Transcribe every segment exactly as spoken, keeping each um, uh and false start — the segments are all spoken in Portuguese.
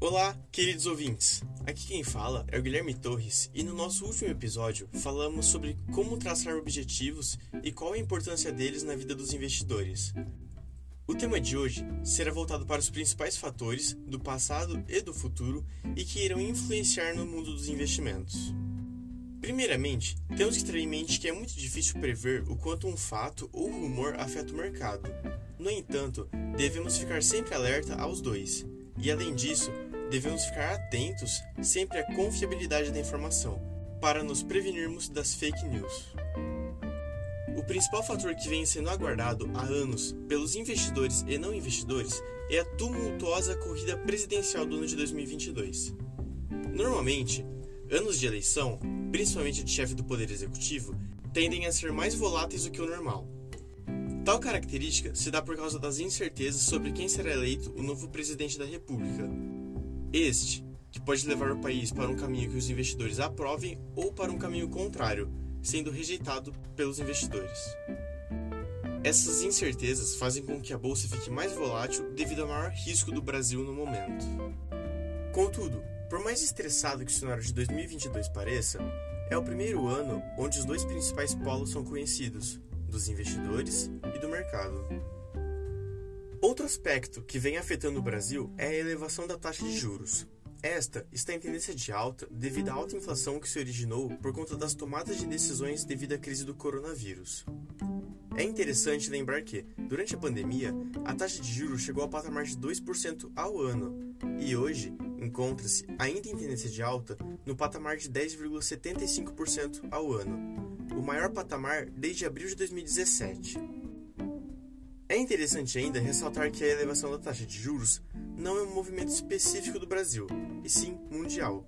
Olá, queridos ouvintes! Aqui quem fala é o Guilherme Torres e no nosso último episódio falamos sobre como traçar objetivos e qual a importância deles na vida dos investidores. O tema de hoje será voltado para os principais fatores do passado e do futuro e que irão influenciar no mundo dos investimentos. Primeiramente, temos que ter em mente que é muito difícil prever o quanto um fato ou rumor afeta o mercado. No entanto, devemos ficar sempre alerta aos dois. E além disso, devemos ficar atentos sempre à confiabilidade da informação, para nos prevenirmos das fake news. O principal fator que vem sendo aguardado há anos pelos investidores e não investidores é a tumultuosa corrida presidencial do ano de dois mil e vinte e dois. Normalmente, anos de eleição, principalmente de chefe do Poder Executivo, tendem a ser mais voláteis do que o normal. Tal característica se dá por causa das incertezas sobre quem será eleito o novo presidente da República. Este, que pode levar o país para um caminho que os investidores aprovem ou para um caminho contrário, sendo rejeitado pelos investidores. Essas incertezas fazem com que a bolsa fique mais volátil devido ao maior risco do Brasil no momento. Contudo, por mais estressado que o cenário de dois mil e vinte e dois pareça, é o primeiro ano onde os dois principais polos são conhecidos, dos investidores e do mercado. Outro aspecto que vem afetando o Brasil é a elevação da taxa de juros. Esta está em tendência de alta devido à alta inflação que se originou por conta das tomadas de decisões devido à crise do coronavírus. É interessante lembrar que, durante a pandemia, a taxa de juros chegou ao patamar de dois por cento ao ano e hoje encontra-se, ainda em tendência de alta, no patamar de dez vírgula setenta e cinco por cento ao ano, o maior patamar desde abril de dois mil e dezessete. É interessante ainda ressaltar que a elevação da taxa de juros não é um movimento específico do Brasil, e sim mundial.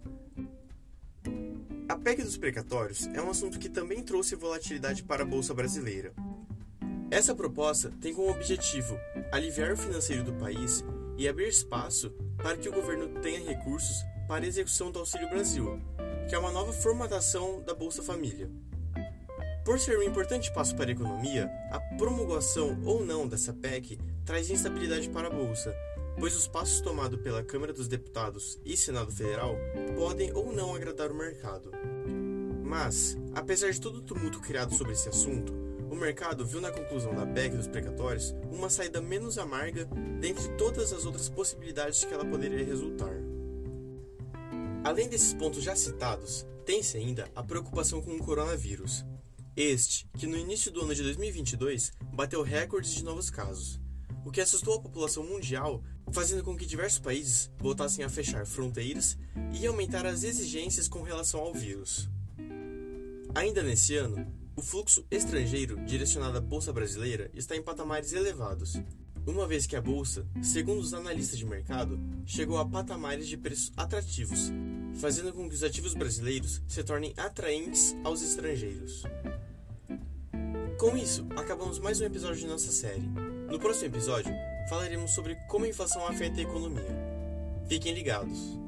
A P E C dos precatórios é um assunto que também trouxe volatilidade para a Bolsa brasileira. Essa proposta tem como objetivo aliviar o financeiro do país e abrir espaço para que o governo tenha recursos para a execução do Auxílio Brasil, que é uma nova formatação da Bolsa Família. Por ser um importante passo para a economia, a promulgação ou não dessa P E C traz instabilidade para a Bolsa, pois os passos tomados pela Câmara dos Deputados e Senado Federal podem ou não agradar o mercado. Mas, apesar de todo o tumulto criado sobre esse assunto, o mercado viu na conclusão da P E C dos precatórios uma saída menos amarga dentre todas as outras possibilidades que ela poderia resultar. Além desses pontos já citados, tem-se ainda a preocupação com o coronavírus. Este, que no início do ano de dois mil e vinte e dois bateu recordes de novos casos, o que assustou a população mundial, fazendo com que diversos países voltassem a fechar fronteiras e aumentar as exigências com relação ao vírus. Ainda nesse ano, o fluxo estrangeiro direcionado à Bolsa Brasileira está em patamares elevados, uma vez que a Bolsa, segundo os analistas de mercado, chegou a patamares de preços atrativos, fazendo com que os ativos brasileiros se tornem atraentes aos estrangeiros. Com isso, acabamos mais um episódio de nossa série. No próximo episódio, falaremos sobre como a inflação afeta a economia. Fiquem ligados!